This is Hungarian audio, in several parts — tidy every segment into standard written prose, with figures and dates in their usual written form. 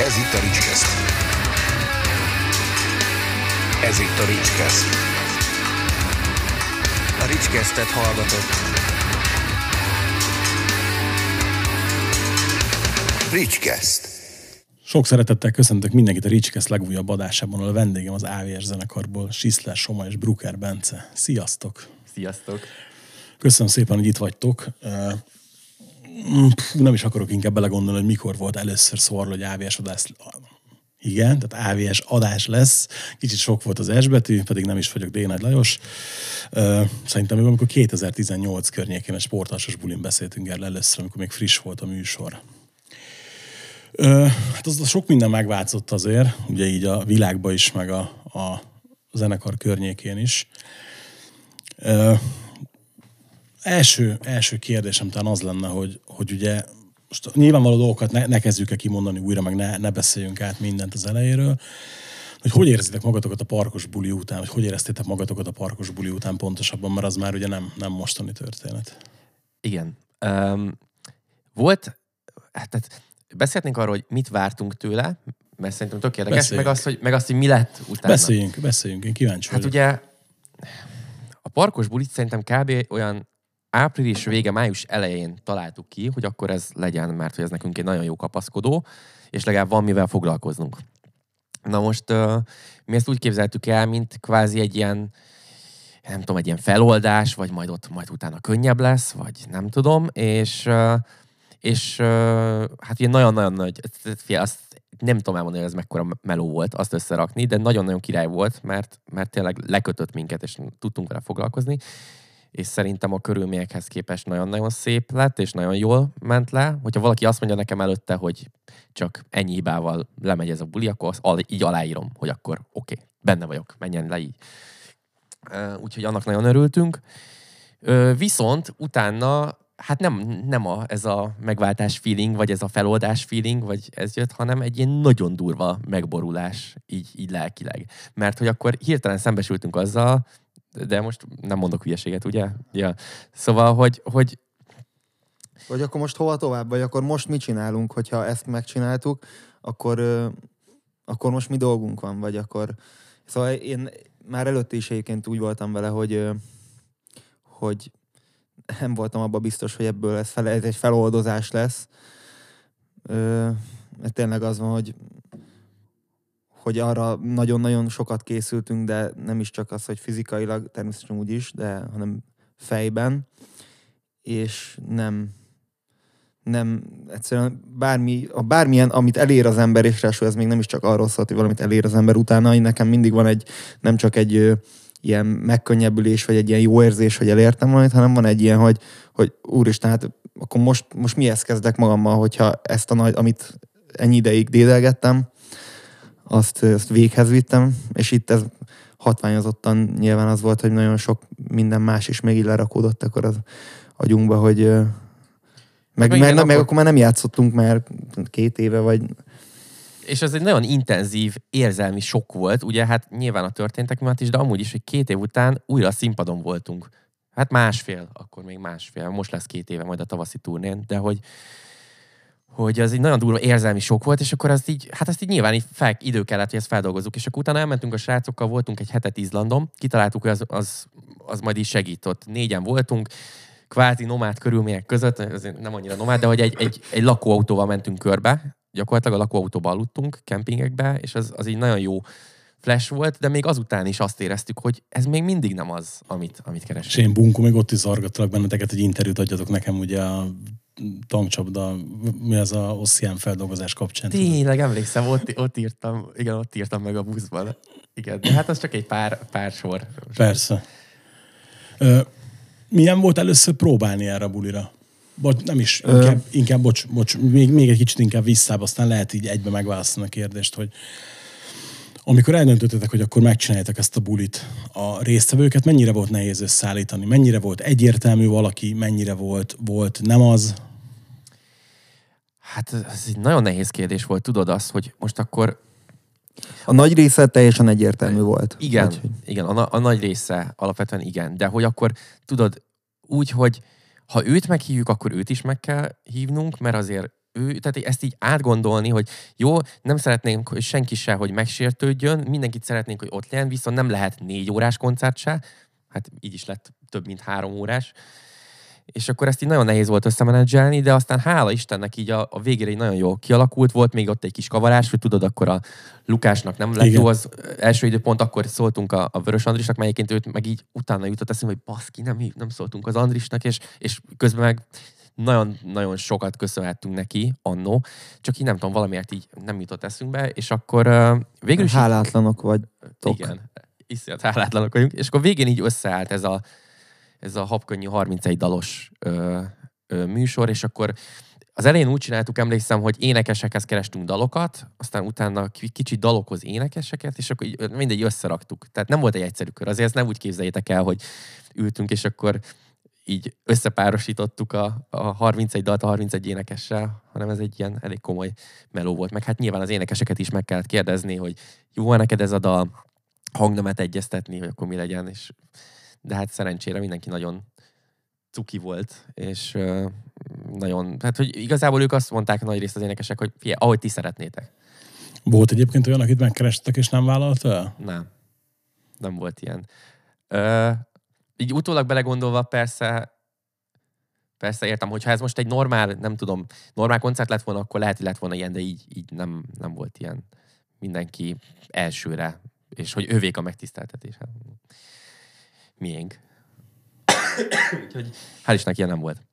Ez itt a Ricskeszt. Ez itt a Ricskeszt. A Ricskesztet hallgatott. Ricskeszt. Sok szeretettel köszöntök mindenkit a Ricskeszt legújabb adásában, ahol a vendégem az AVS zenekarból Schiszler Soma és Brucker Bence. Sziasztok! Sziasztok! Köszönöm szépen, hogy itt vagytok. Nem is akarok inkább belegondolni, hogy mikor volt először szó arról, hogy AVS adás. Igen, tehát AVS adás lesz. Kicsit sok volt az S betű, pedig nem is vagyok D. Lajos. Szerintem még amikor 2018 környékén egy sportalsos bulin beszéltünk erről először, amikor még friss volt a műsor. Hát az sok minden megváltozott azért, ugye így a világban is, meg a zenekar környékén is. Első kérdésem talán az lenne, hogy ugye most nyilvánvaló dolgokat ne kezdjük el kimondani újra, meg ne beszéljünk át mindent az elejéről, hogy érzitek magatokat a parkos buli után, vagy hogy éreztétek magatokat a parkos buli után pontosabban, mert az már ugye nem mostani történet. Igen. Volt, hát beszélhetnénk arról, hogy mit vártunk tőle, mert szerintem tök érdekes, meg azt, hogy mi lett utána. Beszéljünk, én kíváncsi vagyok. Hát ugye a parkos bulit szerintem kb. Olyan április vége, május elején találtuk ki, hogy akkor ez legyen, mert hogy ez nekünk egy nagyon jó kapaszkodó, és legalább van mivel foglalkoznunk. Na most mi ezt úgy képzeltük el, mint kvázi egy ilyen, nem tudom, egy ilyen feloldás, vagy majd utána könnyebb lesz, vagy nem tudom, és hát ilyen nagyon-nagyon nagy, azt nem tudom elmondani, hogy ez mekkora meló volt azt összerakni, de nagyon-nagyon király volt, mert tényleg lekötött minket, és tudtunk vele foglalkozni, és szerintem a körülményekhez képest nagyon-nagyon szép lett, és nagyon jól ment le. Hogyha valaki azt mondja nekem előtte, hogy csak ennyi hibával lemegy ez a buli, akkor így aláírom, hogy akkor oké, benne vagyok, menjen le így. Úgyhogy annak nagyon örültünk. Viszont utána hát nem ez a megváltás feeling, vagy ez a feloldás feeling, vagy ez jött, hanem egy ilyen nagyon durva megborulás, így lelkileg. Mert hogy akkor hirtelen szembesültünk azzal, de most nem mondok hülyeséget, ugye? Ja. Szóval, hogy... Vagy akkor most hova tovább? Vagy akkor most mit csinálunk, hogyha ezt megcsináltuk, akkor most mi dolgunk van? Vagy akkor... Szóval én már előtte is egyébként úgy voltam vele, hogy nem voltam abban biztos, hogy ebből ez egy feloldozás lesz. Tényleg az van, hogy arra nagyon-nagyon sokat készültünk, de nem is csak az, hogy fizikailag, természetesen úgy is, hanem fejben. És nem egyszerűen bármilyen, amit elér az ember, és ráadásul ez még nem is csak arról szólt, hogy valamit elér az ember utána, nekem mindig van nem csak egy ilyen megkönnyebbülés, vagy egy ilyen jó érzés, hogy elértem valamit, hanem van egy ilyen, hogy úristen, hát akkor most mihez kezdek magammal, hogyha ezt amit ennyi ideig dédelgettem, azt véghez vittem, és itt ez hatványozottan nyilván az volt, hogy nagyon sok minden más is még így lerakódott akkor az agyunkba, hogy meg akkor már nem játszottunk már 2 éve, vagy... És ez egy nagyon intenzív érzelmi sok volt, ugye hát nyilván a történtek miatt is, de amúgy is, hogy 2 év után újra a színpadon voltunk. Hát akkor még másfél, most lesz 2 éve majd a tavaszi turnén, de hogy az egy nagyon durva érzelmi sok volt, és akkor ezt így nyilván idő kellett, hogy ezt feldolgozzuk, és akkor utána elmentünk a srácokkal, voltunk egy hetet Izlandon, kitaláltuk, hogy az majd is segított. 4-en voltunk, kvázi nomád körülmények között, azért nem annyira nomád, de hogy egy lakóautóval mentünk körbe, gyakorlatilag a lakóautóba aludtunk, kempingekbe, és az így nagyon jó flash volt, de még azután is azt éreztük, hogy ez még mindig nem az, amit keresünk. És én Bunkó, még ott is zargattalak benneteket, hogy interjút adjatok nekem ugye a tankcsapda, mi az a Ossian feldolgozás kapcsán. Tényleg emlékszem, ott írtam meg a buszban. Igen, de hát az csak egy pár sor. Persze. Milyen volt először próbálni erre a bulira? Nem is, inkább bocs, még egy kicsit inkább visszább, aztán lehet így egybe megválasztani a kérdést, hogy amikor eldöntöttetek, hogy akkor megcsináljátok ezt a bulit, a résztvevőket mennyire volt nehéz összeállítani? Mennyire volt egyértelmű valaki? Mennyire volt nem az? Hát ez egy nagyon nehéz kérdés volt, tudod azt, hogy most akkor... A nagy része teljesen egyértelmű volt. Igen, a nagy része alapvetően igen, de hogy akkor tudod úgy, hogy ha őt meghívjuk, akkor őt is meg kell hívnunk, mert azért tehát ezt így átgondolni, hogy jó, nem szeretnénk, hogy senki se, hogy megsértődjön, mindenkit szeretnénk, hogy ott legyen, viszont nem lehet 4 órás koncert se, hát így is lett több, mint 3 órás. És akkor ezt így nagyon nehéz volt összemenedzselni, de aztán hála Istennek így a végére így nagyon jól kialakult, volt még ott egy kis kavarás, hogy tudod, akkor a Lukásnak nem lett jó az első időpont, akkor szóltunk a Vörös Andrisnak, melyiként őt meg így utána jutott eszembe, hogy baszki, nem szóltunk az Andrisnak, és közben meg nagyon sokat köszönhettünk neki annó, csak így nem tudom, valamiért így nem jutott eszünkbe, és akkor végül is... Hálátlanok vagytok. Igen, iszonyat hálátlanok vagyunk, és akkor végén így összeállt ez a habkönnyű 31 dalos műsor, és akkor az elején úgy csináltuk, emlékszem, hogy énekesekhez kerestünk dalokat, aztán utána kicsit dalokhoz énekeseket, és akkor mindegy összeraktuk. Tehát nem volt egy egyszerű kör. Azért ezt nem úgy képzeljétek el, hogy ültünk, és akkor így összepárosítottuk a 31 dalt a 31 énekessel, hanem ez egy ilyen elég komoly meló volt. Meg hát nyilván az énekeseket is meg kellett kérdezni, hogy jó neked ez a dal, hangnemet egyeztetni, hogy akkor mi legyen, és de hát szerencsére mindenki nagyon cuki volt, és nagyon, hát hogy igazából ők azt mondták nagy részt az énekesek, hogy figyelj, ahogy ti szeretnétek. Volt egyébként olyan, akit megkerestek és nem vállalta el? Nem volt ilyen. Így utólag belegondolva persze értem, hogyha ez most egy normál koncert lett volna, akkor lehet, hogy lett volna ilyen, de így nem volt ilyen mindenki elsőre, és hogy övék a megtiszteltetés. Miénk. Úgyhogy hál' Istennek ilyen nem volt.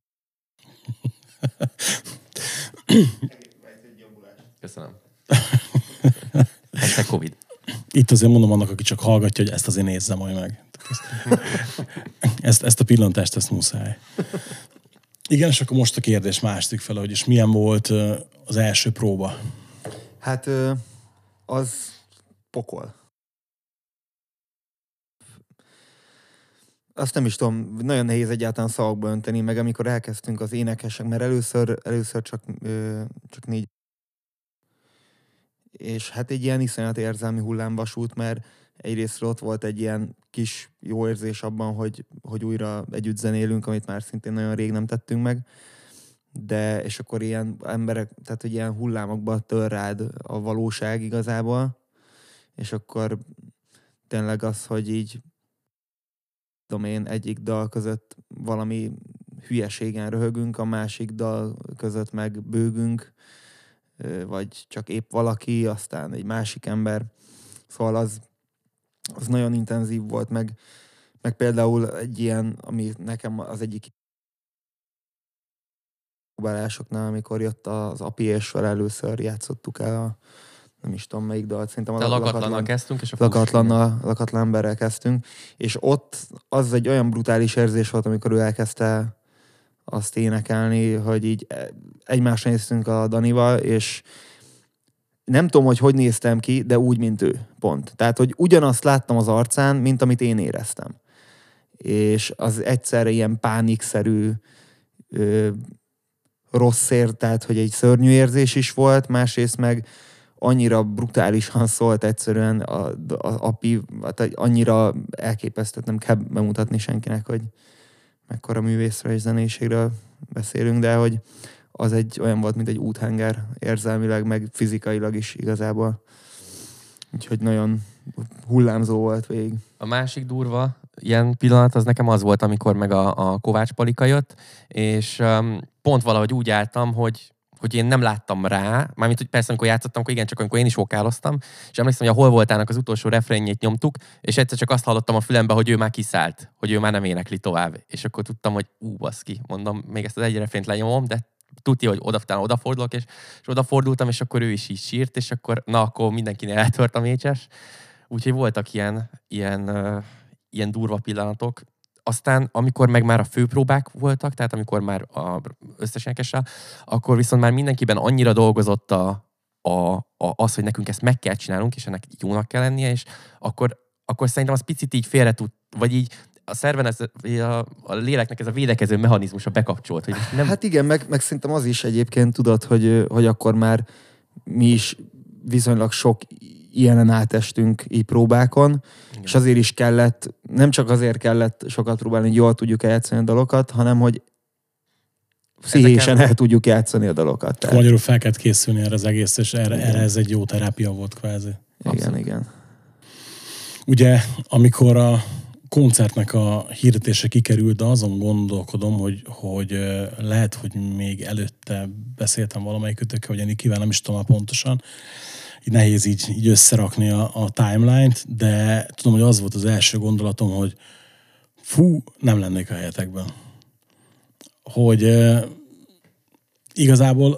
Köszönöm. Hashtag Covid. Itt azért mondom annak, aki csak hallgatja, hogy ezt azért nézze majd meg. Ezt a pillantást, ezt muszáj. Igen, és akkor most a kérdés második fele, hogy és milyen volt az első próba? Hát az pokol. Azt nem is tudom, nagyon nehéz egyáltalán szavakba önteni, meg amikor elkezdtünk az énekesek, mert először csak 4. És hát egy ilyen iszonyat érzelmi hullámvasút, mert egyrészt ott volt egy ilyen kis jó érzés abban, hogy újra együtt zenélünk, amit már szintén nagyon rég nem tettünk meg. És akkor ilyen emberek, tehát hogy ilyen hullámokba tör rád a valóság igazából, és akkor tényleg az, hogy így egyik dal között valami hülyeségen röhögünk, a másik dal között meg bőgünk, vagy csak épp valaki, aztán egy másik ember. Szóval az nagyon intenzív volt, meg például egy ilyen, ami nekem az egyik próbálásoknál, amikor jött az Api és fel először játszottuk el nem is tudom melyik dalt, szerintem a Lakatlannal kezdtünk, és a Lakatlan emberrel kezdtünk, és ott az egy olyan brutális érzés volt, amikor ő elkezdte azt énekelni, hogy így egymásra néztünk a Danival, és nem tudom, hogy néztem ki, de úgy, mint ő, pont. Tehát, hogy ugyanazt láttam az arcán, mint amit én éreztem. És az egyszerre ilyen pánikszerű rossz tehát, hogy egy szörnyű érzés is volt, másrészt meg annyira brutálisan szólt egyszerűen az Api, annyira elképesztő, nem kell bemutatni senkinek, hogy mekkora művészről és zenéségről beszélünk, de hogy az egy olyan volt, mint egy úthenger érzelmileg, meg fizikailag is igazából. Úgyhogy nagyon hullámzó volt végig. A másik durva ilyen pillanat az nekem az volt, amikor meg a Kovács Palika jött, és pont valahogy úgy álltam, hogy én nem láttam rá, mármint, hogy persze, amikor játszottam, akkor igen, csak amikor én is vokáloztam, és emlékszem, hogy a Hol voltának az utolsó refrénjét nyomtuk, és egyszer csak azt hallottam a fülembe, hogy ő már kiszállt, hogy ő már nem énekli tovább. És akkor tudtam, hogy baszki, mondom, még ezt az egy refrént lenyomom, de tudja, hogy odafordulok, és odafordultam, és akkor ő is így sírt, és akkor mindenkinél eltört a mécses. Úgyhogy voltak ilyen durva pillanatok. Aztán, amikor meg már a főpróbák voltak, tehát amikor már összes énekessel, akkor viszont már mindenkiben annyira dolgozott az, hogy nekünk ezt meg kell csinálnunk, és ennek jónak kell lennie, és akkor szerintem az picit így félre tud, vagy így a szerven, a léleknek ez a védekező mechanizmusa bekapcsolt. Hogy nem... Hát igen, meg szerintem az is egyébként tudod, hogy akkor már mi is viszonylag sok ilyenen átestünk így próbákon, igen. És azért is kellett, nem csak azért kellett sokat próbálni, hogy jól tudjuk eljátszani a dalokat, hanem hogy pszichésen el tudjuk játszani a dalokat. Tehát. Magyarul fel kellett készülni erre az egész, és erre ez egy jó terápia volt kvázi. Igen. Ugye, amikor a koncertnek a hirdetése kikerült, de azon gondolkodom, hogy lehet, hogy még előtte beszéltem valamelyikőtökkel, vagy Nikivel, nem is tudom pontosan. Így nehéz így összerakni a timeline-t, de tudom, hogy az volt az első gondolatom, hogy nem lennék a helyetekben. Hogy igazából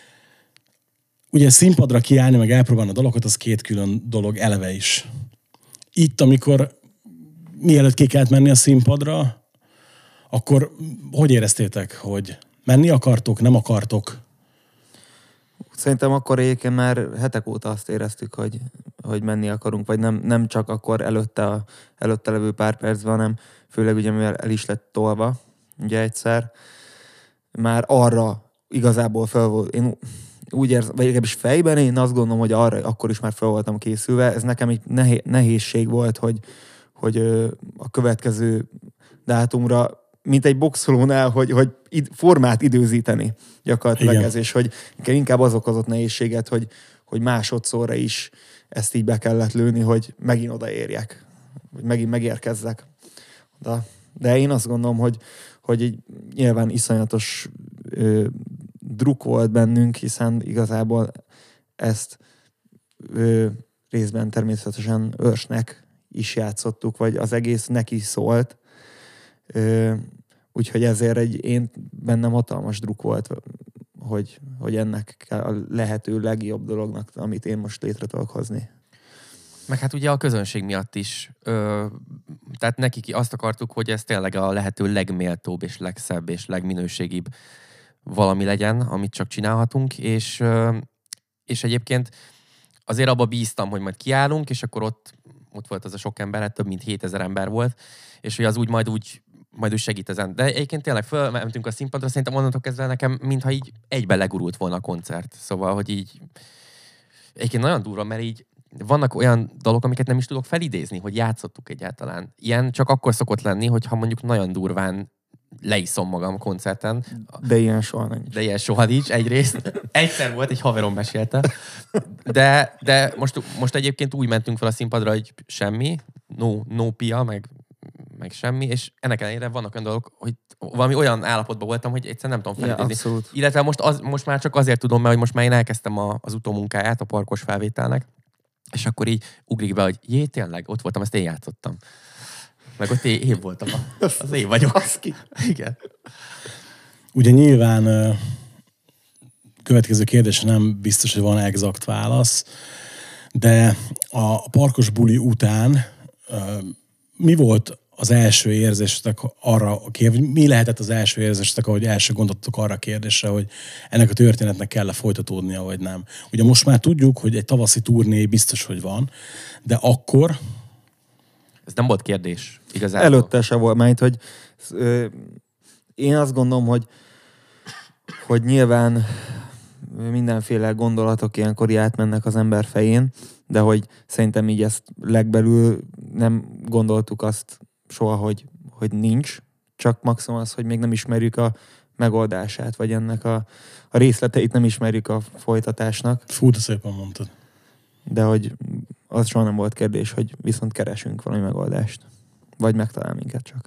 ugye színpadra kiállni, meg elpróbálni a dalokat, az két külön dolog eleve is. Itt, amikor mielőtt ki kellett menni a színpadra, akkor hogy éreztétek, hogy menni akartok, nem akartok? Szerintem akkor egyébként már hetek óta azt éreztük, hogy menni akarunk, vagy nem csak akkor előtte levő pár percben, hanem főleg ugye, mivel el is lett tolva, ugye egyszer, már arra igazából fel volt, én úgy érzem, vagy legalábbis fejben én azt gondolom, hogy arra akkor is már fel voltam készülve. Ez nekem egy nehézség volt, hogy a következő dátumra, mint egy boxolónál, hogy formát időzíteni gyakorlatilag ez, és hogy inkább az okozott nehézséget, hogy másodszorra is ezt így be kellett lőni, hogy megint odaérjek, hogy megint megérkezzek. De én azt gondolom, hogy így nyilván iszonyatos druk volt bennünk, hiszen igazából ezt részben természetesen Őrsnek is játszottuk, vagy az egész neki szólt. Úgyhogy ezért én bennem hatalmas druk volt, hogy ennek kell a lehető legjobb dolognak, amit én most létre tudok hozni. Meg hát ugye a közönség miatt is. Tehát nekik azt akartuk, hogy ez tényleg a lehető legméltóbb és legszebb és legminőségibb valami legyen, amit csak csinálhatunk, és egyébként azért abba bíztam, hogy majd kiállunk, és akkor ott volt az a sok ember, hát több mint 7000 ember volt, és hogy az majd úgy segít ezen. De egyébként tényleg fölmentünk a színpadra, szerintem onnantól kezdve nekem, mintha így egybe legurult volna a koncert. Szóval, hogy így egyébként nagyon durva, mert így vannak olyan dalok, amiket nem is tudok felidézni, hogy játszottuk egyáltalán. Ilyen csak akkor szokott lenni, hogyha mondjuk nagyon durván leiszom magam a koncerten. De ilyen soha nincs. Egyrészt. Egyszer volt, egy haverom mesélte. De most egyébként úgy mentünk fel a színpadra, hogy semmi, no pia, meg semmi, és ennek ellenére vannak olyan dolgok, hogy valami olyan állapotban voltam, hogy egyszerűen nem tudom felidézni. Ja, illetve most már csak azért tudom, mert hogy most már én elkezdtem az utómunkáját a parkos felvételnek, és akkor így ugrik be, hogy tényleg, ott voltam, ezt én játszottam. Meg ott én voltam, az én vagyok. Igen. Ugye nyilván következő kérdés nem biztos, hogy van exakt válasz, de a parkos buli után mi volt az első érzésetek arra, mi lehetett az első érzésetek, ahogy első gondoltatok arra a kérdésre, hogy ennek a történetnek kell-e folytatódnia, vagy nem? Ugye most már tudjuk, hogy egy tavaszi turné biztos, hogy van, de akkor... Ez nem volt kérdés, igazából. Előtte se volt, mert hogy én azt gondolom, hogy nyilván mindenféle gondolatok ilyenkor átmennek az ember fején, de hogy szerintem így ezt legbelül nem gondoltuk azt soha, hogy nincs, csak maximum az, hogy még nem ismerjük a megoldását, vagy ennek a részleteit nem ismerjük a folytatásnak. Fú, de szépen mondtad. De hogy az soha nem volt kérdés, hogy viszont keresünk valami megoldást. Vagy megtalál minket csak.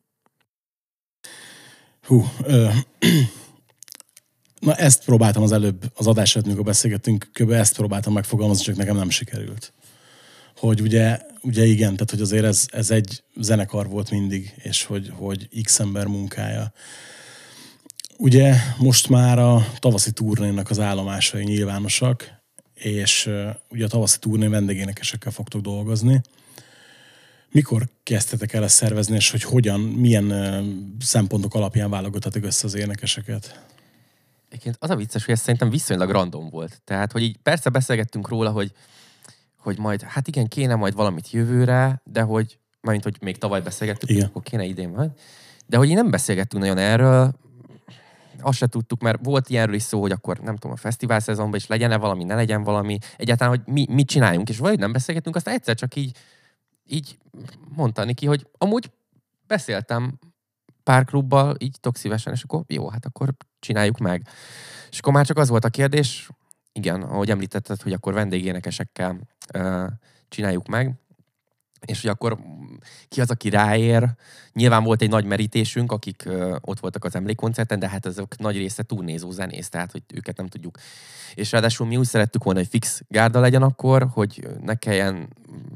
Na ezt próbáltam az előbb, az adás előtt, amikor beszélgettünk, kb. Ezt próbáltam megfogalmazni, csak nekem nem sikerült. Hogy ugye igen, tehát hogy azért ez egy zenekar volt mindig, és hogy X ember munkája. Ugye most már a tavaszi turnénak az állomásai nyilvánosak, és ugye a tavaszi turné vendégénekesekkel fogtok dolgozni. Mikor kezdtetek el ezt szervezni, és hogy hogyan, milyen szempontok alapján válogattatok össze az énekeseket? Egyébként az a vicces, hogy ez szerintem viszonylag random volt. Tehát, hogy így persze beszélgettünk róla, hogy majd, hát igen, kéne majd valamit jövőre, de hogy, mármint, hogy még tavaly beszélgettük, igen, akkor kéne idén majd. De hogy így nem beszélgettünk nagyon erről, azt se tudtuk, mert volt ilyenről is szó, hogy akkor nem tudom, a fesztivál szezonban is legyen-e valami, ne legyen valami, egyáltalán, hogy mit csináljunk, és valahogy nem beszélgettünk, aztán egyszer csak így mondta neki, hogy amúgy beszéltem pár klubbal, így tök szívesen, és akkor jó, hát akkor csináljuk meg. És akkor már csak az volt a kérdés, igen, ahogy említetted, hogy akkor vendégénekesekkel csináljuk meg, és hogy akkor ki az, aki ráér. Nyilván volt egy nagy merítésünk, akik ott voltak az emlékkoncerten, de hát azok nagy része turnézó zenész, tehát hogy őket nem tudjuk. És ráadásul mi úgy szerettük volna, hogy fix gárda legyen akkor, hogy ne kelljen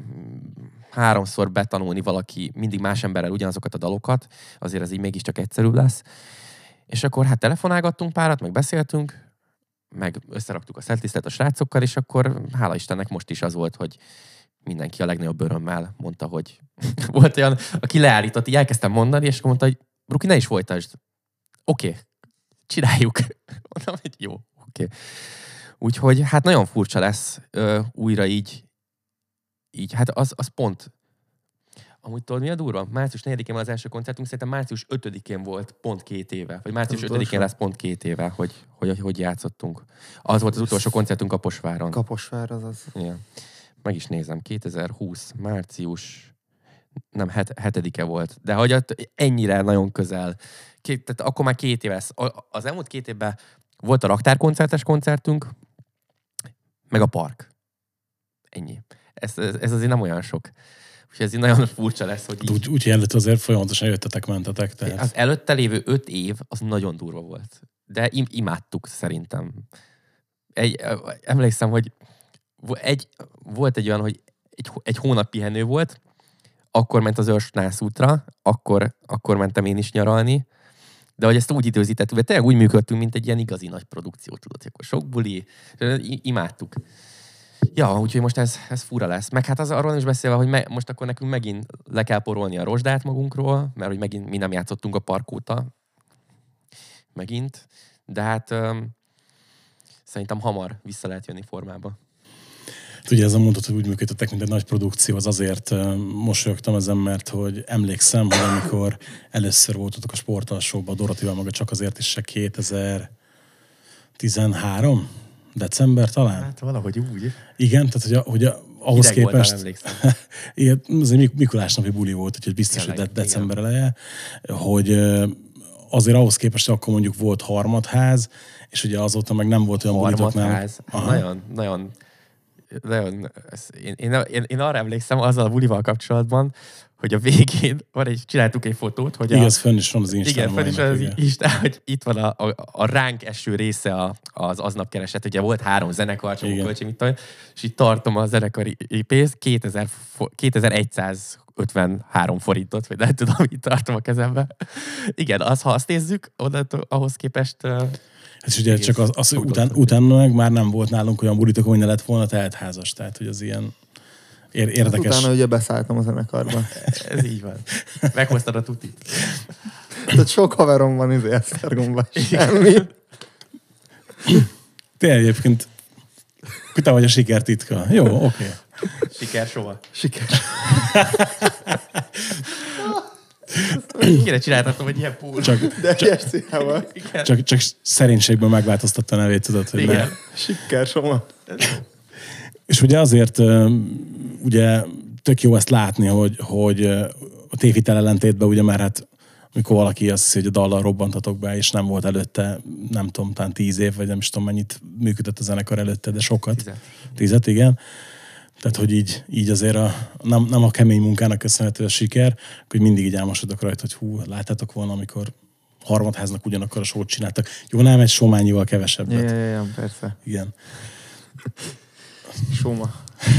3-szor betanulni valaki mindig más emberrel ugyanazokat a dalokat, azért ez így mégiscsak egyszerűbb lesz. És akkor hát telefonálgattunk párat, meg beszéltünk, meg összeraktuk a setlistet a srácokkal, és akkor hála Istennek most is az volt, hogy mindenki a legnagyobb örömmel mondta, hogy volt olyan, aki leállított, így elkezdtem mondani, és akkor mondta, hogy Bruki, ne is folytasd. Oké, csináljuk. Mondtam, hogy jó, oké. Úgyhogy hát nagyon furcsa lesz újra így, hát az pont. Amúgy tudod, mi a durva? Március 4-én van az első koncertünk, szerintem március 5-én volt pont 2 éve. Vagy március 5-én lesz pont 2 éve, hogy játszottunk. Az volt az utolsó koncertünk Kaposváron. Kaposvár, azaz. Igen. Meg is nézem, 2020, március, nem, 7-e volt. De hogy ennyire nagyon közel. Tehát akkor már 2 éve lesz. Az elmúlt 2 évben volt a raktárkoncertes koncertünk, meg a park. Ennyi. Ez azért nem olyan sok. Úgyhogy ez így nagyon furcsa lesz, hogy így... Úgy előtt azért folyamatosan jöttetek, mentetek. Tehát... Az előtte lévő 5 év, az nagyon durva volt. De imádtuk szerintem. Emlékszem, hogy volt egy olyan, hogy egy hónap pihenő volt, akkor ment az Őrsnász útra, akkor mentem én is nyaralni, de hogy ezt úgy időzítettük, hogy tényleg úgy működtünk, mint egy ilyen igazi nagy produkció, tudod, akkor sok buli, imádtuk. Ja, úgyhogy most ez fura lesz. Meg hát az arról is beszélve, hogy most akkor nekünk megint le kell porolni a rozsdát magunkról, mert hogy megint mi nem játszottunk a park óta. Megint. De hát szerintem hamar vissza lehet jönni formába. Ugye ez a mondat, hogy úgy működtetek, mint egy nagy produkció, az azért mosolyogtam ezen, mert hogy emlékszem, hogy amikor először voltatok a Sportalsóban, Dorotival maga csak azért is se 2013? December talán? Hát valahogy úgy. Igen, tehát hogy ahhoz hideg képest... Emlékszem. Igen, ez egy Mikulás napi buli volt, úgyhogy biztos, Tényleg, hogy december eleje, hogy azért ahhoz képest, hogy akkor mondjuk volt harmadház, és ugye azóta meg nem volt olyan bulitok, nem... Harmadház. Nagyon én arra emlékszem azzal a bulival kapcsolatban, hogy a végén csináltuk egy fotót, hogy igaz, fönn is van az Instán. Igen, fönn is van az Instán, hogy itt van a ránk eső része az aznap kereset. Ugye volt 3 zenekar, csak költség, mit tudom, és itt tartom a zenekari pénzt, 2153 forintot, vagy nem tudom, itt tartom a kezembe. Igen, ha azt nézzük, ahhoz képest... És ugye csak az utána meg már nem volt nálunk olyan bulitok, hogy ne lett volna teltházas. Tehát, hogy az ilyen érdekes. Utána ugye beszálltam a zenekarba. Ez így van. Meghoztad a tutit. Tehát sok haverom van Esztergomban. Semmi. Te egyébként te vagy a siker titka. Jó, oké. Siker soha. Siker. Kéne csináltatom egy ilyen púl. De SCH-val. Csak szerénységből megváltoztatta a nevét, tudod, hogy igen. Siker Soma. És ugye azért ugye tök jó ezt látni, hogy a tévhitel ellentétben ugye már hát amikor valaki azt hiszi, hogy a dallal robbantatok be, és nem volt előtte, nem tudom, talán 10 év, vagy nem is tudom mennyit működött a zenekar előtte, de sokat. 10, igen. Tehát, hogy így azért nem a kemény munkának köszönhető a siker, hogy mindig így álmosodok rajta, hogy hú, láttátok volna, amikor harmadháznak ugyanakkor a sót csináltak. Jó, nem egy sómányival kevesebbet. Ja, persze. Igen. Soma.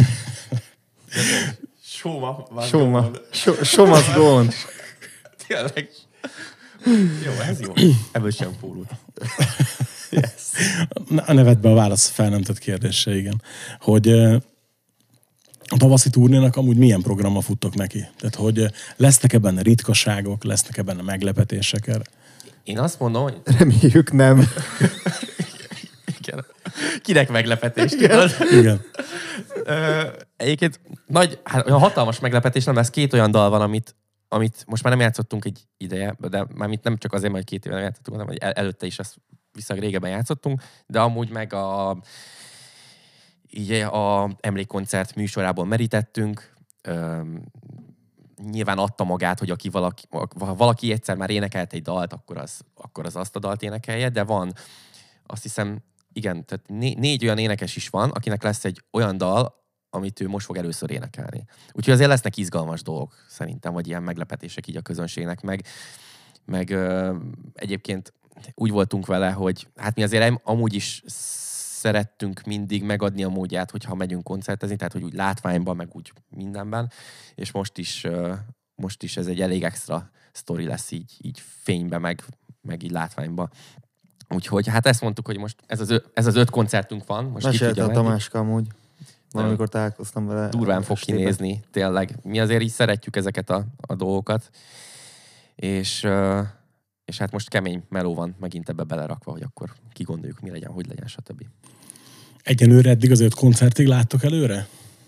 Soma's gone. Tényleg. Jó, ez jó. Ebből sem pólót. Yes. A nevedbe a válasz fel nem tett kérdése, igen. Hogy a tavaszi turnénak amúgy milyen programmal futtok neki? Tehát, hogy lesznek-e benne ritkaságok, lesznek-e benne meglepetések erre? Én azt mondom, hogy... Reméljük nem. Igen. Kinek meglepetés, tudod? Igen. Egyébként olyan hatalmas meglepetés nem lesz. 2 olyan dal van, amit most már nem játszottunk egy ideje, de mármint nem csak azért, mert 2 éve nem játszottunk, hanem hogy előtte is azt viszonylag régebben játszottunk, de amúgy meg a emlékkoncert műsorából merítettünk. nyilván adta magát, hogy ha valaki egyszer már énekelt egy dalt, akkor az azt a dalt énekelje, de van, azt hiszem, igen, tehát 4 olyan énekes is van, akinek lesz egy olyan dal, amit ő most fog először énekelni. Úgyhogy azért lesznek izgalmas dolgok szerintem, vagy ilyen meglepetések így a közönségnek, meg egyébként úgy voltunk vele, hogy hát mi azért amúgy is szerettünk mindig megadni a módját, hogyha megyünk koncertezni, tehát hogy úgy látványban, meg úgy mindenben, és most is ez egy elég extra sztori lesz így fénybe, meg így látványban. Úgyhogy hát ezt mondtuk, hogy most ez az 5 koncertünk van. Most mesélte a Tamáska amúgy. Valamikor találkoztam vele. Durván fog kinézni, tényleg. Mi azért így szeretjük ezeket a dolgokat. És hát most kemény meló van megint ebbe belerakva, hogy akkor kigondoljuk, mi legyen, hogy legyen, stb. Egyenlőre eddig az 5 koncertig láttok előre?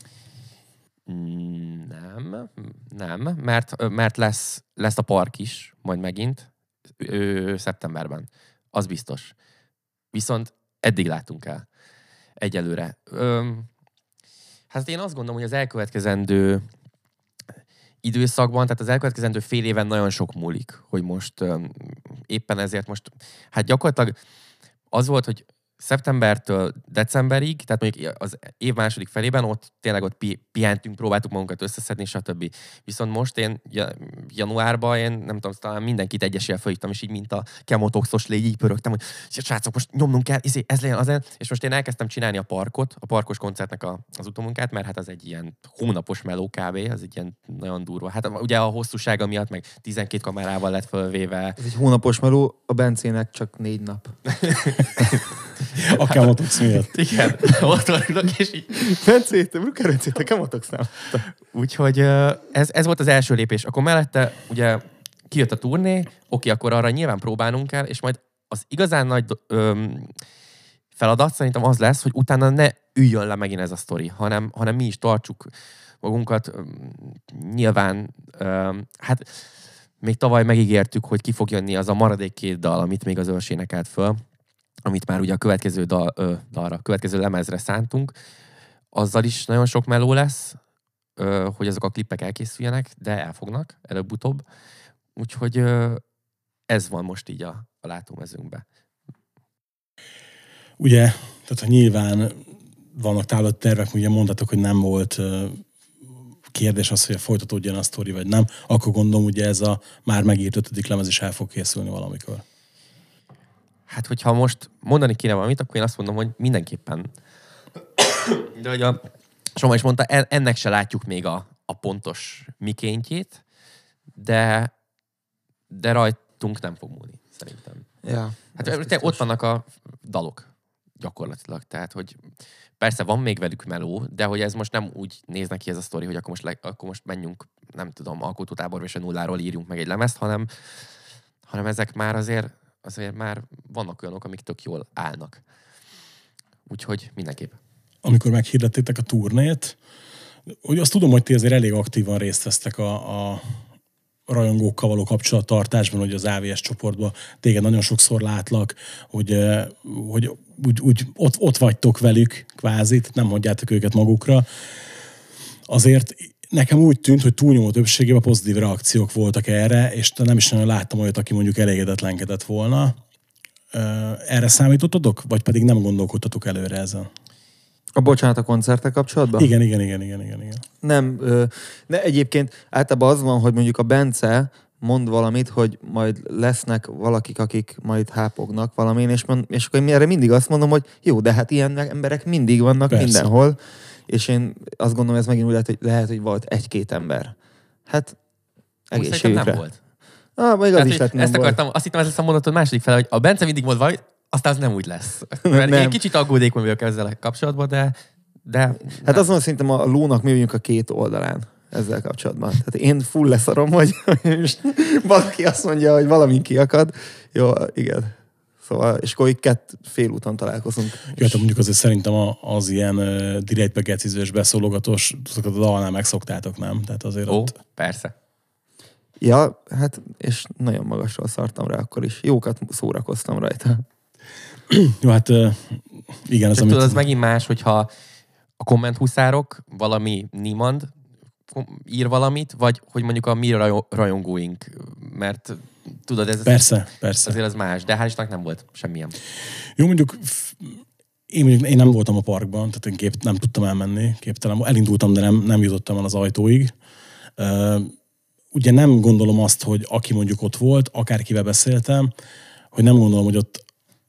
Nem, mert lesz a park is, majd megint, szeptemberben. Az biztos. Viszont eddig látunk el. Egyelőre. Hát én azt gondolom, hogy az elkövetkezendő időszakban, tehát az elkövetkezendő fél éven nagyon sok múlik, hogy most éppen ezért most, hát gyakorlatilag az volt, hogy szeptembertől decemberig, tehát mondjuk az év második felében ott pihentünk, próbáltuk magunkat összeszedni, stb. Viszont most én januárban én nem tudom, talán mindenkit egyesével felhívtam, és így mint a kemotoxos légy, így pörögtem, hogy srácok, most nyomnunk kell, ez legyen az. És most én elkezdtem csinálni a parkos koncertnek az utómunkát, mert hát az egy ilyen hónapos meló kb, az egy ilyen nagyon durva. Hát ugye a hosszúsága miatt meg 12 kamerával lett fölvéve. Ez egy hónapos meló, a Bencének csak 4 nap. A Chemotox miatt. Igen, ott vagyok, és így... Bencét, te Chemotoxnál. Úgyhogy ez volt az első lépés. Akkor mellette ugye kijött a turné, oké, akkor arra nyilván próbálnunk kell, és majd az igazán nagy feladat szerintem az lesz, hogy utána ne üljön le megint ez a sztori, hanem mi is tartsuk magunkat. Nyilván, hát még tavaly megígértük, hogy ki fog jönni az a maradék 2 dal, amit még az Örs énekelt föl, amit már ugye a következő következő lemezre szántunk. Azzal is nagyon sok meló lesz, hogy azok a klippek elkészüljenek, de elfognak előbb-utóbb. Úgyhogy ez van most így a látómezőnkben. Ugye, tehát ha nyilván vannak távlati tervek, ugye mondhatok, hogy nem volt kérdés az, hogy folytatódjon a sztori, vagy nem, akkor gondolom, ugye ez a már megírt 5. lemez is el fog készülni valamikor. Hát, hogyha most mondani kéne valamit, akkor én azt mondom, hogy mindenképpen. De hogy a Soma is mondta, ennek se látjuk még a pontos mikéntjét, de rajtunk nem fog múlni, szerintem. Ja, hát ott vannak a dalok gyakorlatilag, tehát, hogy persze van még velük meló, de hogy ez most nem úgy néz neki ez a sztori, hogy akkor most menjünk, nem tudom, alkotótáborba és a nulláról írjunk meg egy lemezt, hanem ezek már azért már vannak olyanok, amik tök jól állnak. Úgyhogy mindenképp. Amikor meghirdettétek a turnét, hogy azt tudom, hogy ti azért elég aktívan részt vesztek a rajongókkal való kapcsolattartásban, hogy az AVS csoportban téged nagyon sokszor látlak, hogy úgy ott vagytok velük kvázi, nem hagyjátok őket magukra. Azért nekem úgy tűnt, hogy túlnyomó többségében pozitív reakciók voltak erre, és nem is nagyon láttam olyat, aki mondjuk elégedetlenkedett volna. Erre számítottatok? Vagy pedig nem gondolkodtatok előre ezen? A koncerttel kapcsolatban? Igen. Nem, de egyébként általában az van, hogy mondjuk a Bence mond valamit, hogy majd lesznek valakik, akik majd hápognak valamin, és akkor én erre mindig azt mondom, hogy jó, de hát ilyen emberek mindig vannak. Persze. Mindenhol. És én azt gondolom, ez megint úgy lehet, hogy volt 1-2 ember. Hát egészségükre. Nem volt. Vagy az is lett, ezt akartam, azt hittem, ez lesz a mondatod második fele, hogy a Bence mindig mond valamit, aztán az nem úgy lesz. Mert én kicsit aggódékony vagyok ezzel a kapcsolatban, de hát azt mondom, szerintem a lónak mi vagyunk a 2 oldalán ezzel kapcsolatban. Tehát én full leszarom, hogy valaki azt mondja, hogy valami kiakad. Jó, igen. Szóval, és akkor így félúton találkozunk. Jó, hát mondjuk azért szerintem az ilyen direktbe gecizős beszólogatós, azokat a dalnál megszoktátok, nem? Tehát azért ott... persze. Ja, hát, és nagyon magasról szartam rá akkor is. Jókat szórakoztam rajta. Jó, hát igen, ez tudod, az megint más, hogyha a kommenthuszárok valami Niemand ír valamit, vagy hogy mondjuk a mi rajongóink, mert tudod, ez Persze. azért az más, de hál' Istennek nem volt semmilyen. Jó, mondjuk én nem voltam a parkban, tehát én nem tudtam elmenni, képtelen. Elindultam, de nem jutottam el az ajtóig. Ugye nem gondolom azt, hogy aki mondjuk ott volt, akárkivel beszéltem, hogy nem gondolom, hogy ott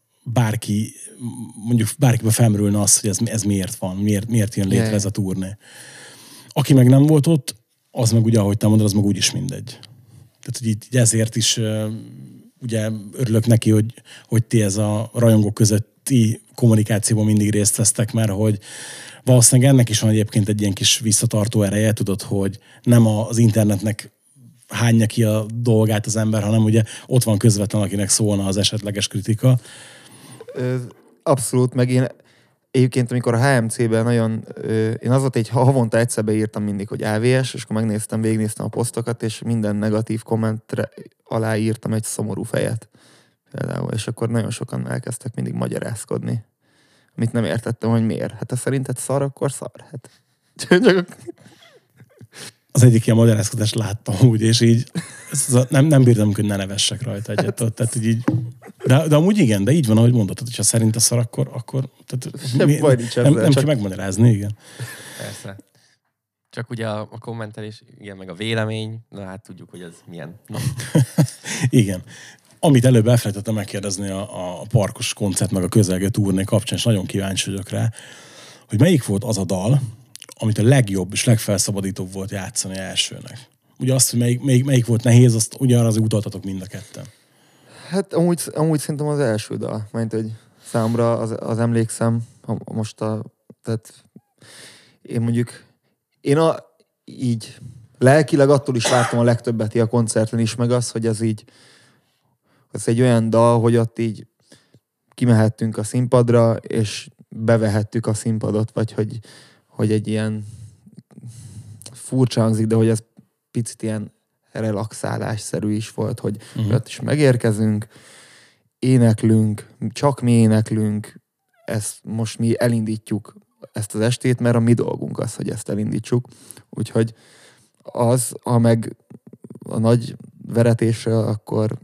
bárkiben felmerülne az, hogy ez miért van, miért jön létre ez a turné. Aki meg nem volt ott, az meg ugye, ahogy te mondod, az meg úgyis mindegy. Tehát hogy így ezért is ugye örülök neki, hogy ti ez a rajongók közötti kommunikációban mindig részt vesztek, mert hogy valószínűleg ennek is van egyébként egy ilyen kis visszatartó ereje, tudod, hogy nem az internetnek hányja ki a dolgát az ember, hanem ugye ott van közvetlen, akinek szólna az esetleges kritika. Abszolút, meg én egyébként, amikor a HMC-ben nagyon, én az volt, havonta egyszer beírtam mindig, hogy AVS, és akkor végignéztem a posztokat, és minden negatív kommentre alá írtam egy szomorú fejet. Például, és akkor nagyon sokan elkezdtek mindig magyarázkodni. Amit nem értettem, hogy miért. Hát ha szerinted szar, akkor szar. Hát. Az egyik ilyen magyarázkodást láttam úgy, és így nem bírtam, hogy ne nevessek rajta egyet. Tehát így, de amúgy igen, de így van, ahogy mondod, hogyha szerint a szar, akkor nem kell megmagyarázni, igen. Persze. Csak ugye a kommentelés, igen, meg a vélemény, na hát tudjuk, hogy ez milyen. Igen. Amit előbb elfelejtettem megkérdezni a parkos koncert meg a közelgő turné kapcsán, és nagyon kíváncsi vagyok rá, hogy melyik volt az a dal, amit a legjobb és legfelszabadítóbb volt játszani elsőnek. Ugye azt, hogy melyik volt nehéz, azt ugyanarra azért utaltatok mind a ketten. Hát amúgy szerintem az első dal. Mert hogy számomra az emlékszem, tehát így lelkileg attól is vártam a legtöbbet a koncerten is, meg az, hogy ez egy olyan dal, hogy ott így kimehettünk a színpadra, és bevehettük a színpadot, vagy hogy egy ilyen furcsa hangzik, de hogy ez picit ilyen relaxálásszerű is volt, hogy ott is megérkezünk, éneklünk, csak mi éneklünk, ezt most mi elindítjuk ezt az estét, mert a mi dolgunk az, hogy ezt elindítsuk. Úgyhogy ha meg a nagy veretésre, akkor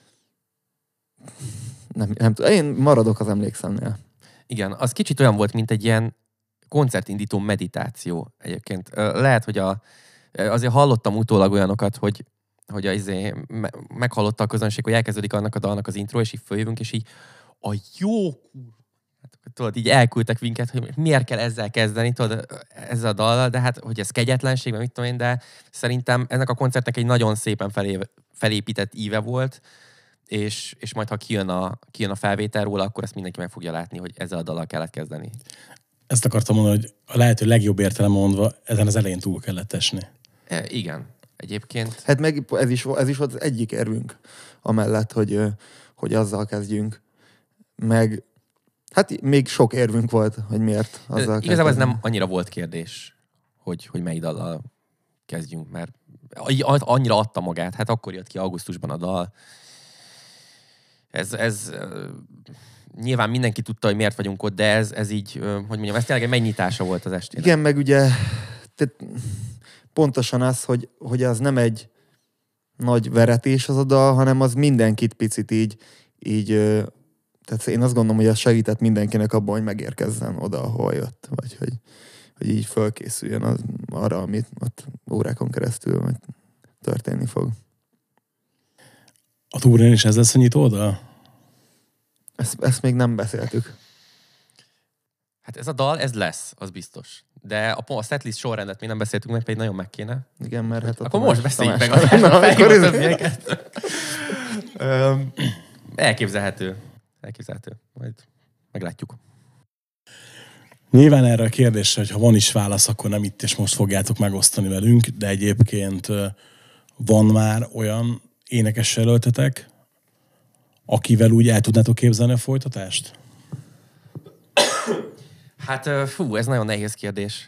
nem tudom. Én maradok az emlékszemnél. Igen, az kicsit olyan volt, mint egy ilyen koncertindító meditáció egyébként. Lehet, hogy azért hallottam utólag olyanokat, hogy meghallotta a közönség, hogy elkezdődik annak a dalnak az intro, és így följövünk, és így a jó tudod, így elküldtek minket, hogy miért kell ezzel kezdeni, tudod, ezzel a dallal, de hát, hogy ez kegyetlenség, mit tudom én, de szerintem ennek a koncertnek egy nagyon szépen felépített íve volt, és majd, ha kijön a felvétel róla, akkor ezt mindenki meg fogja látni, hogy ezzel a dallal kellett kezdeni. Ezt akartam mondani, hogy a lehető legjobb értelem mondva, ezen az elején túl kellett esni. Igen, egyébként. Hát meg ez is volt az egyik erőnk, amellett, hogy azzal kezdjünk. Meg hát még sok érvünk volt, hogy miért azzal kezdjünk. Igazából ez nem annyira volt kérdés, hogy mely dallal kezdjünk, mert annyira adta magát. Hát akkor jött ki augusztusban a dal. Ez nyilván mindenki tudta, hogy miért vagyunk ott, de ez így, hogy mondjam, ez tényleg egy megnyitása volt az estének. Igen, meg ugye pontosan az, hogy az nem egy nagy veretés az a dal, hanem az mindenkit picit így tehát én azt gondolom, hogy ez segített mindenkinek abban, hogy megérkezzen oda, ahol jött, vagy hogy így fölkészüljön arra, amit ott órákon keresztül történni fog. A túrén is ez lesz a nyitó oldal? Ezt még nem beszéltük. Hát ez a dal, ez lesz, az biztos. De a setlist sorrendet még nem beszéltünk meg, pedig nagyon meg kéne. Igen, mert hát... Akkor most beszéljünk meg Elképzelhető. Majd meglátjuk. Nyilván erre a kérdésre, hogy ha van is válasz, akkor nem itt és most fogjátok megosztani velünk, de egyébként van már olyan énekes jelöltetek, akivel úgy el tudnátok képzelni a folytatást? Hát, ez nagyon nehéz kérdés.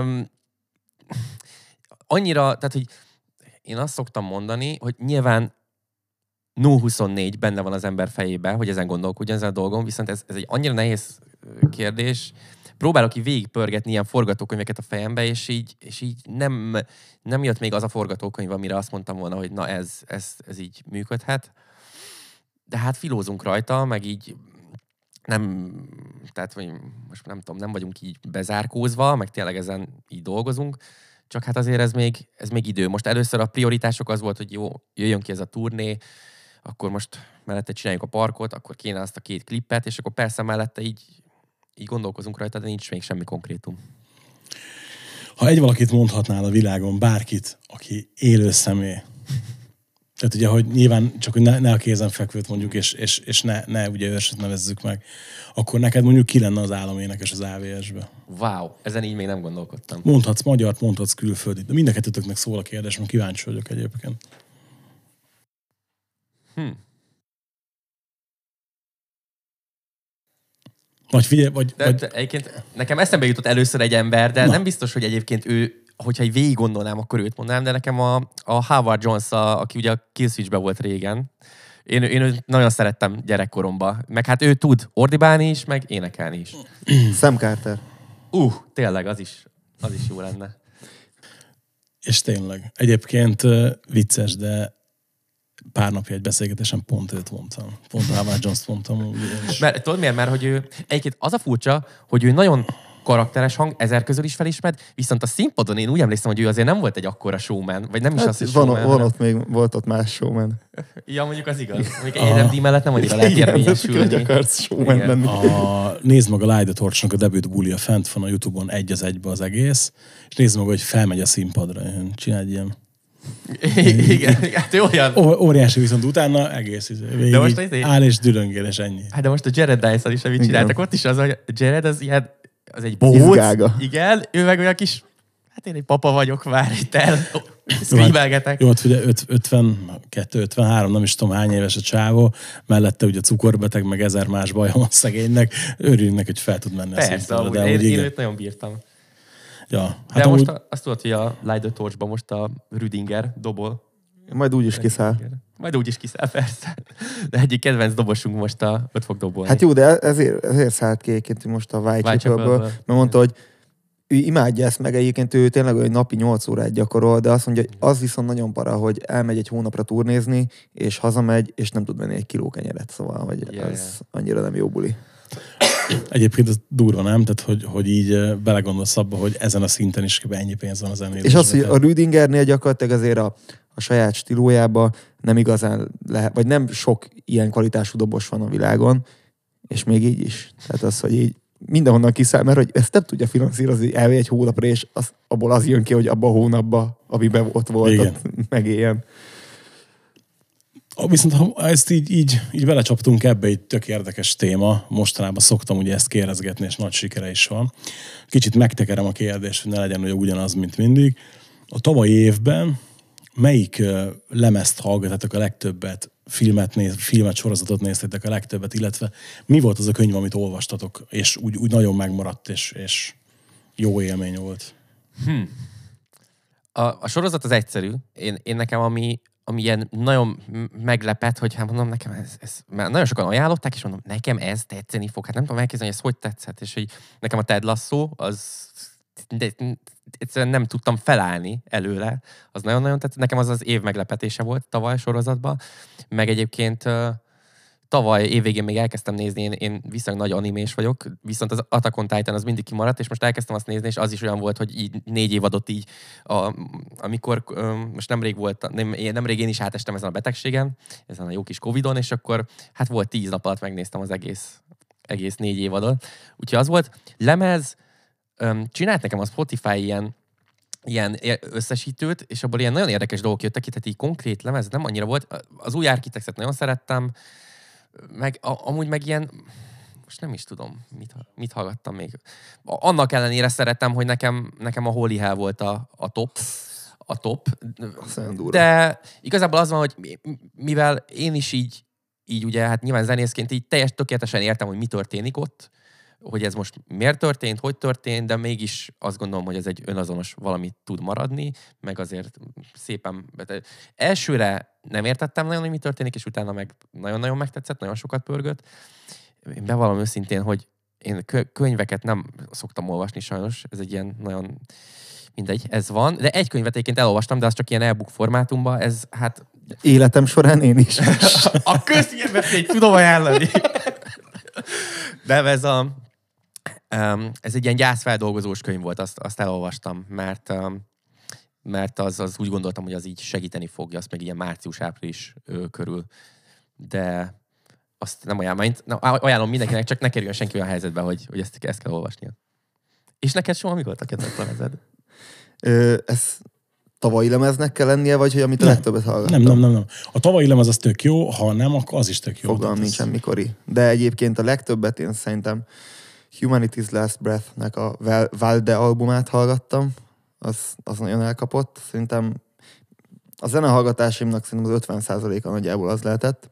Annyira, tehát, hogy én azt szoktam mondani, hogy nyilván 0-24 benne van az ember fejében, hogy ezen gondolkodjon ezen a dolgon, viszont ez egy annyira nehéz kérdés, próbálok így végigpörgetni ilyen forgatókönyveket a fejembe, és így nem jött még az a forgatókönyv, amire azt mondtam volna, hogy na ez így működhet. De hát filózunk rajta, meg így tehát most nem tudom, nem vagyunk így bezárkózva, meg tényleg ezen így dolgozunk, csak hát azért ez még idő. Most először a prioritások az volt, hogy jó, jöjjön ki ez a turné, akkor most mellette csináljuk a parkot, akkor kéne azt a 2 klippet, és akkor persze mellette így gondolkozunk rajta, de nincs még semmi konkrétum. Ha egy valakit mondhatnál a világon, bárkit, aki élő személy, tehát ugye, hogy nyilván csak, hogy ne a kézenfekvőt mondjuk, és ne ugye őrsöt nevezzük meg, akkor neked mondjuk ki lenne az államénekes az AVS-be? Wow, ezen így még nem gondolkodtam. Mondhatsz magyart, mondhatsz külföldit, de mind a kettőtöknek szól a kérdés, mert kíváncsi vagyok egyébként. Vagy figyelj, De egyébként nekem eszembe jutott először egy ember, de nem biztos, hogy egyébként ő, hogyha így végig gondolnám, akkor őt mondanám, de nekem a Howard Jones, aki ugye a Killswitchben volt régen, én őt nagyon szerettem gyerekkoromban. Meg hát ő tud ordibálni is, meg énekelni is. Sam Carter. Tényleg, az is jó lenne. És tényleg. Egyébként vicces, de pár napja egy beszélgetésen pont őt mondtam. Pont Howard Jones-t mondtam. Mert tudod miért? Mert hogy ő egyébként az a furcsa, hogy ő nagyon karakteres hang, 1000 közül is felismert, viszont a színpadon én úgy emlékszem, hogy ő azért nem volt egy akkora showman, vagy nem is az, hogy showman. Volt ott más showman. Ja, mondjuk az igaz. Mondjuk AMD mellett nem annyira lehet érvényesülni. Igen, akarsz showman lenni. Nézd meg a Light the Torchnak a debüt bulia, fent van a YouTube-on 1:1 az egész, és nézd meg, hogy felmegy a színpadra. Csinálj ilyen. Igen, hát olyan. Óriási, viszont utána egész végig áll és dülöngél, és ennyi. Hát de most a Jared Dicey-szal is, amit csináltak, ott is az, hogy Jared az ilyen, az egy bohóc. Igen, ő meg olyan kis, hát én egy papa vagyok, várj itt el, szkrívelgetek. Jó, ugye 52-53, nem is tudom hány éves a csávó, mellette ugye cukorbeteg, meg 1000 más baja van szegénynek, örüljünk neki, hogy fel tud menni. Persze, a én őt nagyon bírtam. Ja, hát de most azt tudod, hogy a Light the Torchban most a Rüdinger dobol. Majd úgy is kiszáll. Majd úgy is kiszáll, persze. De egyik kedvenc dobosunk most ott fog dobolni. Hát jó, de ezért szállt ki egyébként most a Whitechapel-ből, mert mondta, hogy ő imádja ezt, meg egyébként ő tényleg olyan napi 8 órát gyakorol, de azt mondja, hogy az viszont nagyon para, hogy elmegy egy hónapra turnézni, és hazamegy, és nem tud venni 1 kiló kenyeret, szóval hogy ez annyira nem jó buli. Egyébként ez durva, nem? Tehát, hogy így belegondolsz abba, hogy ezen a szinten is ennyi pénz van a zenélésben. És az, hogy a Rüdingernél gyakorlatilag azért a saját stílójában nem igazán lehet, vagy nem sok ilyen kvalitású dobos van a világon, és még így is. Tehát az, hogy így mindenhonnan kiszáll, mert hogy ezt nem tudja finanszírozni, elmegy egy hónapra, és abból az jön ki, hogy abban a hónapban, amiben ott volt, megéljen. Viszont ha ezt így belecsaptunk ebbe, egy tök érdekes téma, mostanában szoktam ugye ezt kérdezgetni, és nagy sikere is van. Kicsit megtekerem a kérdést, hogy ne legyen ugye ugyanaz, mint mindig. A tavalyi évben melyik lemezt hallgattatok a legtöbbet, filmet, sorozatot néztétek a legtöbbet, illetve mi volt az a könyv, amit olvastatok, és úgy nagyon megmaradt, és jó élmény volt? A sorozat az egyszerű. Én nekem, ami ilyen nagyon meglepett, hogy hát mondom, nekem ez mert nagyon sokan ajánlották, és mondom, nekem ez tetszeni fog. Hát nem tudom elképzelni, hogy ez hogy tetszett, és hogy nekem a Ted Lasso, az egyszerűen nem tudtam felállni előle. Az nagyon-nagyon tetszett. Nekem az év meglepetése volt tavaly sorozatban. Meg egyébként tavaly évvégén még elkezdtem nézni, én viszonylag nagy animés vagyok, viszont az Attack on Titan az mindig kimaradt, és most elkezdtem azt nézni, és az is olyan volt, hogy így 4 évadot így, amikor most nemrég én is átestem ezen a betegségen, ezen a jó kis Covidon, és akkor hát volt 10 nap alatt megnéztem az egész 4 évadot. Úgyhogy az volt. Lemez, csinált nekem a Spotify ilyen összesítőt, és abból ilyen nagyon érdekes dolgok jöttek ki, tehát így konkrét lemez nem annyira volt. Az új Architects-et nagyon szerettem, meg amúgy meg ilyen, most nem is tudom, mit hallgattam még. Annak ellenére szerettem, hogy nekem a Holy Hell volt a top. De igazából az van, hogy mivel én is így ugye, hát nyilván zenészként így tökéletesen értem, hogy mi történik ott, hogy ez most miért történt, hogy történt, de mégis azt gondolom, hogy ez egy önazonos valami tud maradni, meg azért szépen... Elsőre nem értettem nagyon, hogy mi történik, és utána meg nagyon-nagyon megtetszett, nagyon sokat pörgött. Én bevallom őszintén, hogy én könyveket nem szoktam olvasni sajnos, ez egy ilyen nagyon mindegy, ez van, de egy könyvet egyébként elolvastam, de az csak ilyen e-book formátumban, ez hát... Életem során én is. A közhírvetvényt tudom ajánlani. De ez egy ilyen gyászfeldolgozós könyv volt, azt elolvastam, mert az úgy gondoltam, hogy az így segíteni fogja, azt meg ilyen március-április körül. De azt nem ajánlom mindenkinek, csak ne kerüljön senki olyan helyzetbe, hogy ezt kell olvasnia. És neked soha mi volt a kedvenc lemezed? Ez tavalyi lemeznek kell lennie, vagy hogy amit a legtöbbet hallgattam? Nem. A tavalyi lemez az tök jó, ha nem, akkor az is tök jó. Fogalmam nincsen mikori. De egyébként a legtöbbet én szerintem Humanity's Last Breath-nek a Valde albumát hallgattam. Az nagyon elkapott. Szerintem a zenehallgatásimnak szerintem az 50%-a nagyjából az lehetett.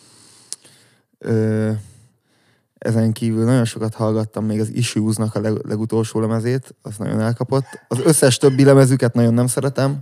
Ezen kívül nagyon sokat hallgattam még az Issues-nak a legutolsó lemezét, az nagyon elkapott. Az összes többi lemezüket nagyon nem szeretem,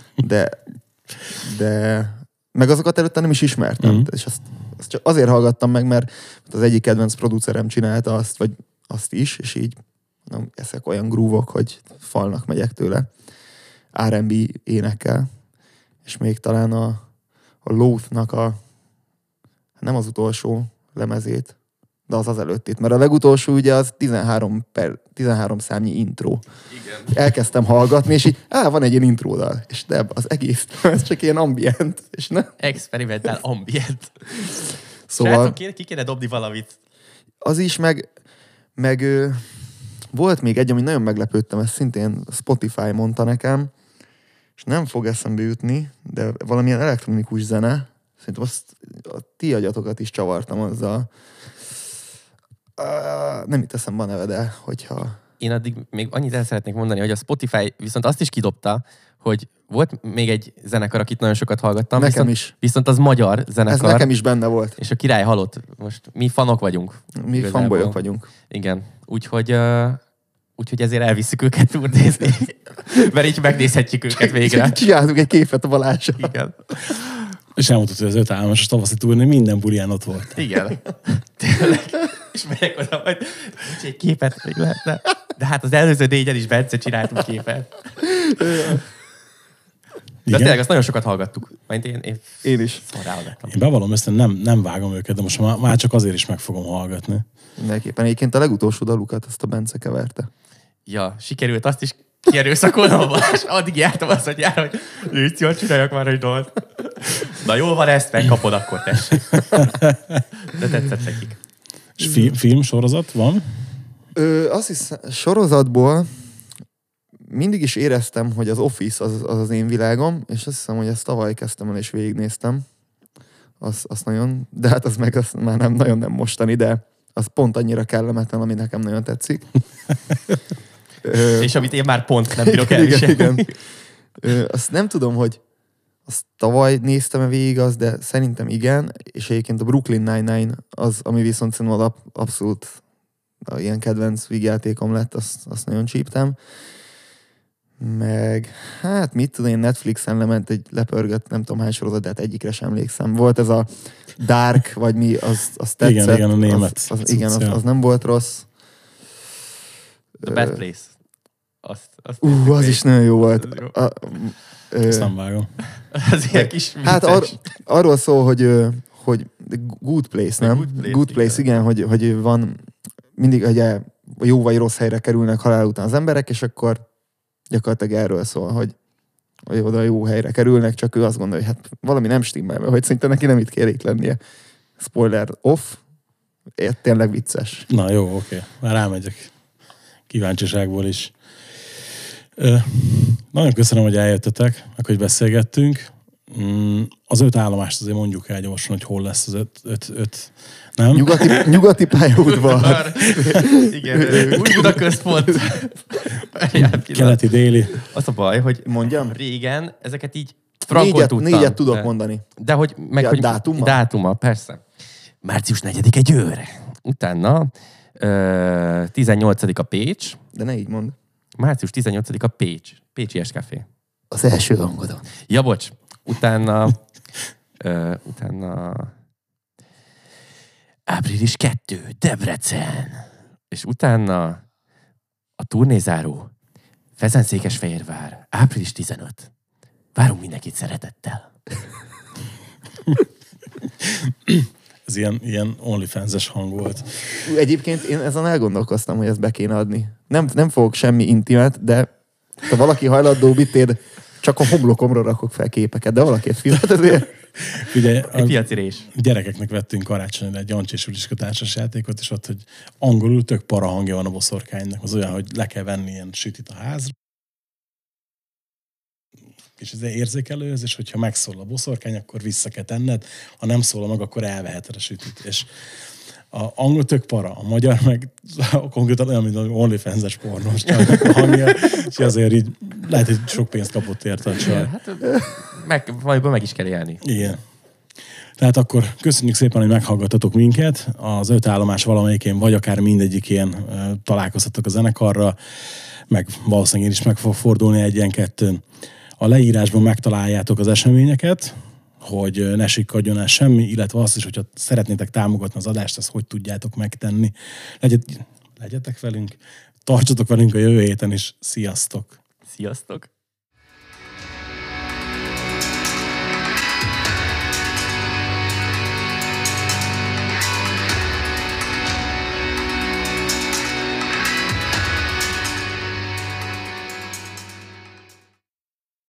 de meg azokat előtte nem is ismertem. És azt csak azért hallgattam meg, mert az egyik kedvenc producerem csinálta azt, vagy azt is, és így ezek olyan groove-ok, hogy falnak megyek tőle. R&B énekkel. És még talán a Loath-nak nem az utolsó lemezét, de az előttét. Mert a legutolsó ugye az 13 számnyi intro. Igen. Elkezdtem hallgatni, és így, van egy ilyen intródal. És de az egész, ez csak ilyen ambient. És nem? Experimentál ambient. Szóval... ki kéne dobni valamit. Az is, meg volt még egy, ami nagyon meglepődtem, ezt szintén Spotify mondta nekem, és nem fog eszembe jutni, de valamilyen elektronikus zene, szerintem azt a ti agyatokat is csavartam azzal. Nem itt eszembe a neve, de hogyha... Én addig még annyit el szeretnék mondani, hogy a Spotify viszont azt is kidobta, hogy volt még egy zenekar, akit nagyon sokat hallgattam. Nekem is. Viszont az magyar zenekar. Ez nekem is benne volt. És a király halott. Most mi fanok vagyunk. Mi fanbolyok vagyunk. Igen. Úgyhogy ezért elviszük őket turnézni. Mert így megnézhetjük őket végre. Csináltuk egy képet a Balázsra. Igen. És elmondtad, hogy az 5 álmos tavaszi turné minden bulián ott volt. Igen. Tényleg. És megyek oda, hogy nincs egy képet még lehetne. De hát az előző 4-en is Bence csináltunk képet. De tényleg azt nagyon sokat hallgattuk. Én is. Én bevallom, ezt nem vágom őket, de most már csak azért is meg fogom hallgatni. Mindenképpen. Egyébként a legutolsó dalukat azt a Bence keverte. Ja, sikerült azt is kierőszakolnom, és addig jártam azt, hogy légy jól, csináljak már egy dalt. Na jól van, ezt megkapod, akkor tessék. De tetszett nekik. És film, sorozat van? Azt hiszem, sorozatból mindig is éreztem, hogy az Office az én világom, és azt hiszem, hogy ezt tavaly kezdtem el és végignéztem. Azt nagyon, de hát az meg már nagyon nem mostani, de az pont annyira kellemetlen, ami nekem nagyon tetszik. És amit én már pont nem bírok elviselni. Azt nem tudom, hogy azt tavaly néztem-e végig de szerintem igen, és egyébként a Brooklyn Nine-Nine az, ami viszont szerintem abszolút ilyen kedvenc vígjátékom lett, azt nagyon csíptem. Meg, hát mit tudom, én Netflixen lepörgött, nem tudom hány sorozat, de hát egyikre sem emlékszem. Volt ez a Dark, vagy mi, az tetszett. Igen, a német. Az nem volt rossz. The Bad Place. Az is nagyon jó volt. Azt nem vágom. Az ilyen kis hát arról szól, hogy Good Place, nem? Good Place, igen, hogy van mindig, hogy jó vagy rossz helyre kerülnek halál után az emberek, és akkor gyakorlatilag erről szól, hogy oda jó helyre kerülnek, csak ő azt gondolja, hogy hát valami nem stimmel, hogy szinte neki nem itt kér itt lennie. Spoiler off, tényleg vicces. Na jó, oké. Már rámegyek. Kíváncsiságból is. Nagyon köszönöm, hogy eljöttetek, meg hogy beszélgettünk. Az 5 állomást azért mondjuk el gyorsan, hogy hol lesz az 5 nem? Nyugati pályaudvar. Igen, Új-Buda központ. Keleti, déli. Az a baj, hogy mondjam, régen ezeket így frankon tudtam. 4-et tudok mondani. De hogy hogy dátummal, persze. Március 4-e Győr. Utána 18 a Pécs. De ne így mondd. Március 18 a Pécs. Pécsi Escafé. Az első hangodon. Ja, bocs. Utána április 2, Debrecen. És utána a turnézáró Fezenszékesfehérvár, április 15. Várunk mindenkit szeretettel. Ez ilyen OnlyFans-es hang volt. Egyébként én ezen elgondolkoztam, hogy ezt be kéne adni. Nem fogok semmi intimet, de ha valaki hajlandó, csak a homlokomra rakok fel képeket, de valakit fizet ezért. Ugye, Egy piacirés. Gyerekeknek vettünk karácsonyra egy Jancsi és Uliska társas játékot, és ott, hogy angolul tök para hangja van a boszorkánynak. Az olyan, hogy le kell venni ilyen sütit a házra, és ez érzékelőz, és hogyha megszól a boszorkány, akkor vissza kell tenned, ha nem szól meg, akkor elveheted a sütit. És a angol tök para, a magyar meg konkrétan olyan, mint az OnlyFans-es pornós csajnak a hangja, és azért így lehet, hogy sok pénzt kapott érte a csaj. Hát valójában meg is kell élni. Igen. Tehát akkor köszönjük szépen, hogy meghallgattatok minket. Az 5 állomás valamelyikén, vagy akár mindegyikén találkoztatok a zenekarra, meg valószínűleg én is meg fog fordulni egyen-kettőn. A leírásban megtaláljátok az eseményeket, hogy ne sikkadjon el semmi, illetve azt is, hogyha szeretnétek támogatni az adást, ezt hogy tudjátok megtenni. Legyetek velünk, tartsatok velünk a jövő héten is. Sziasztok! Sziasztok!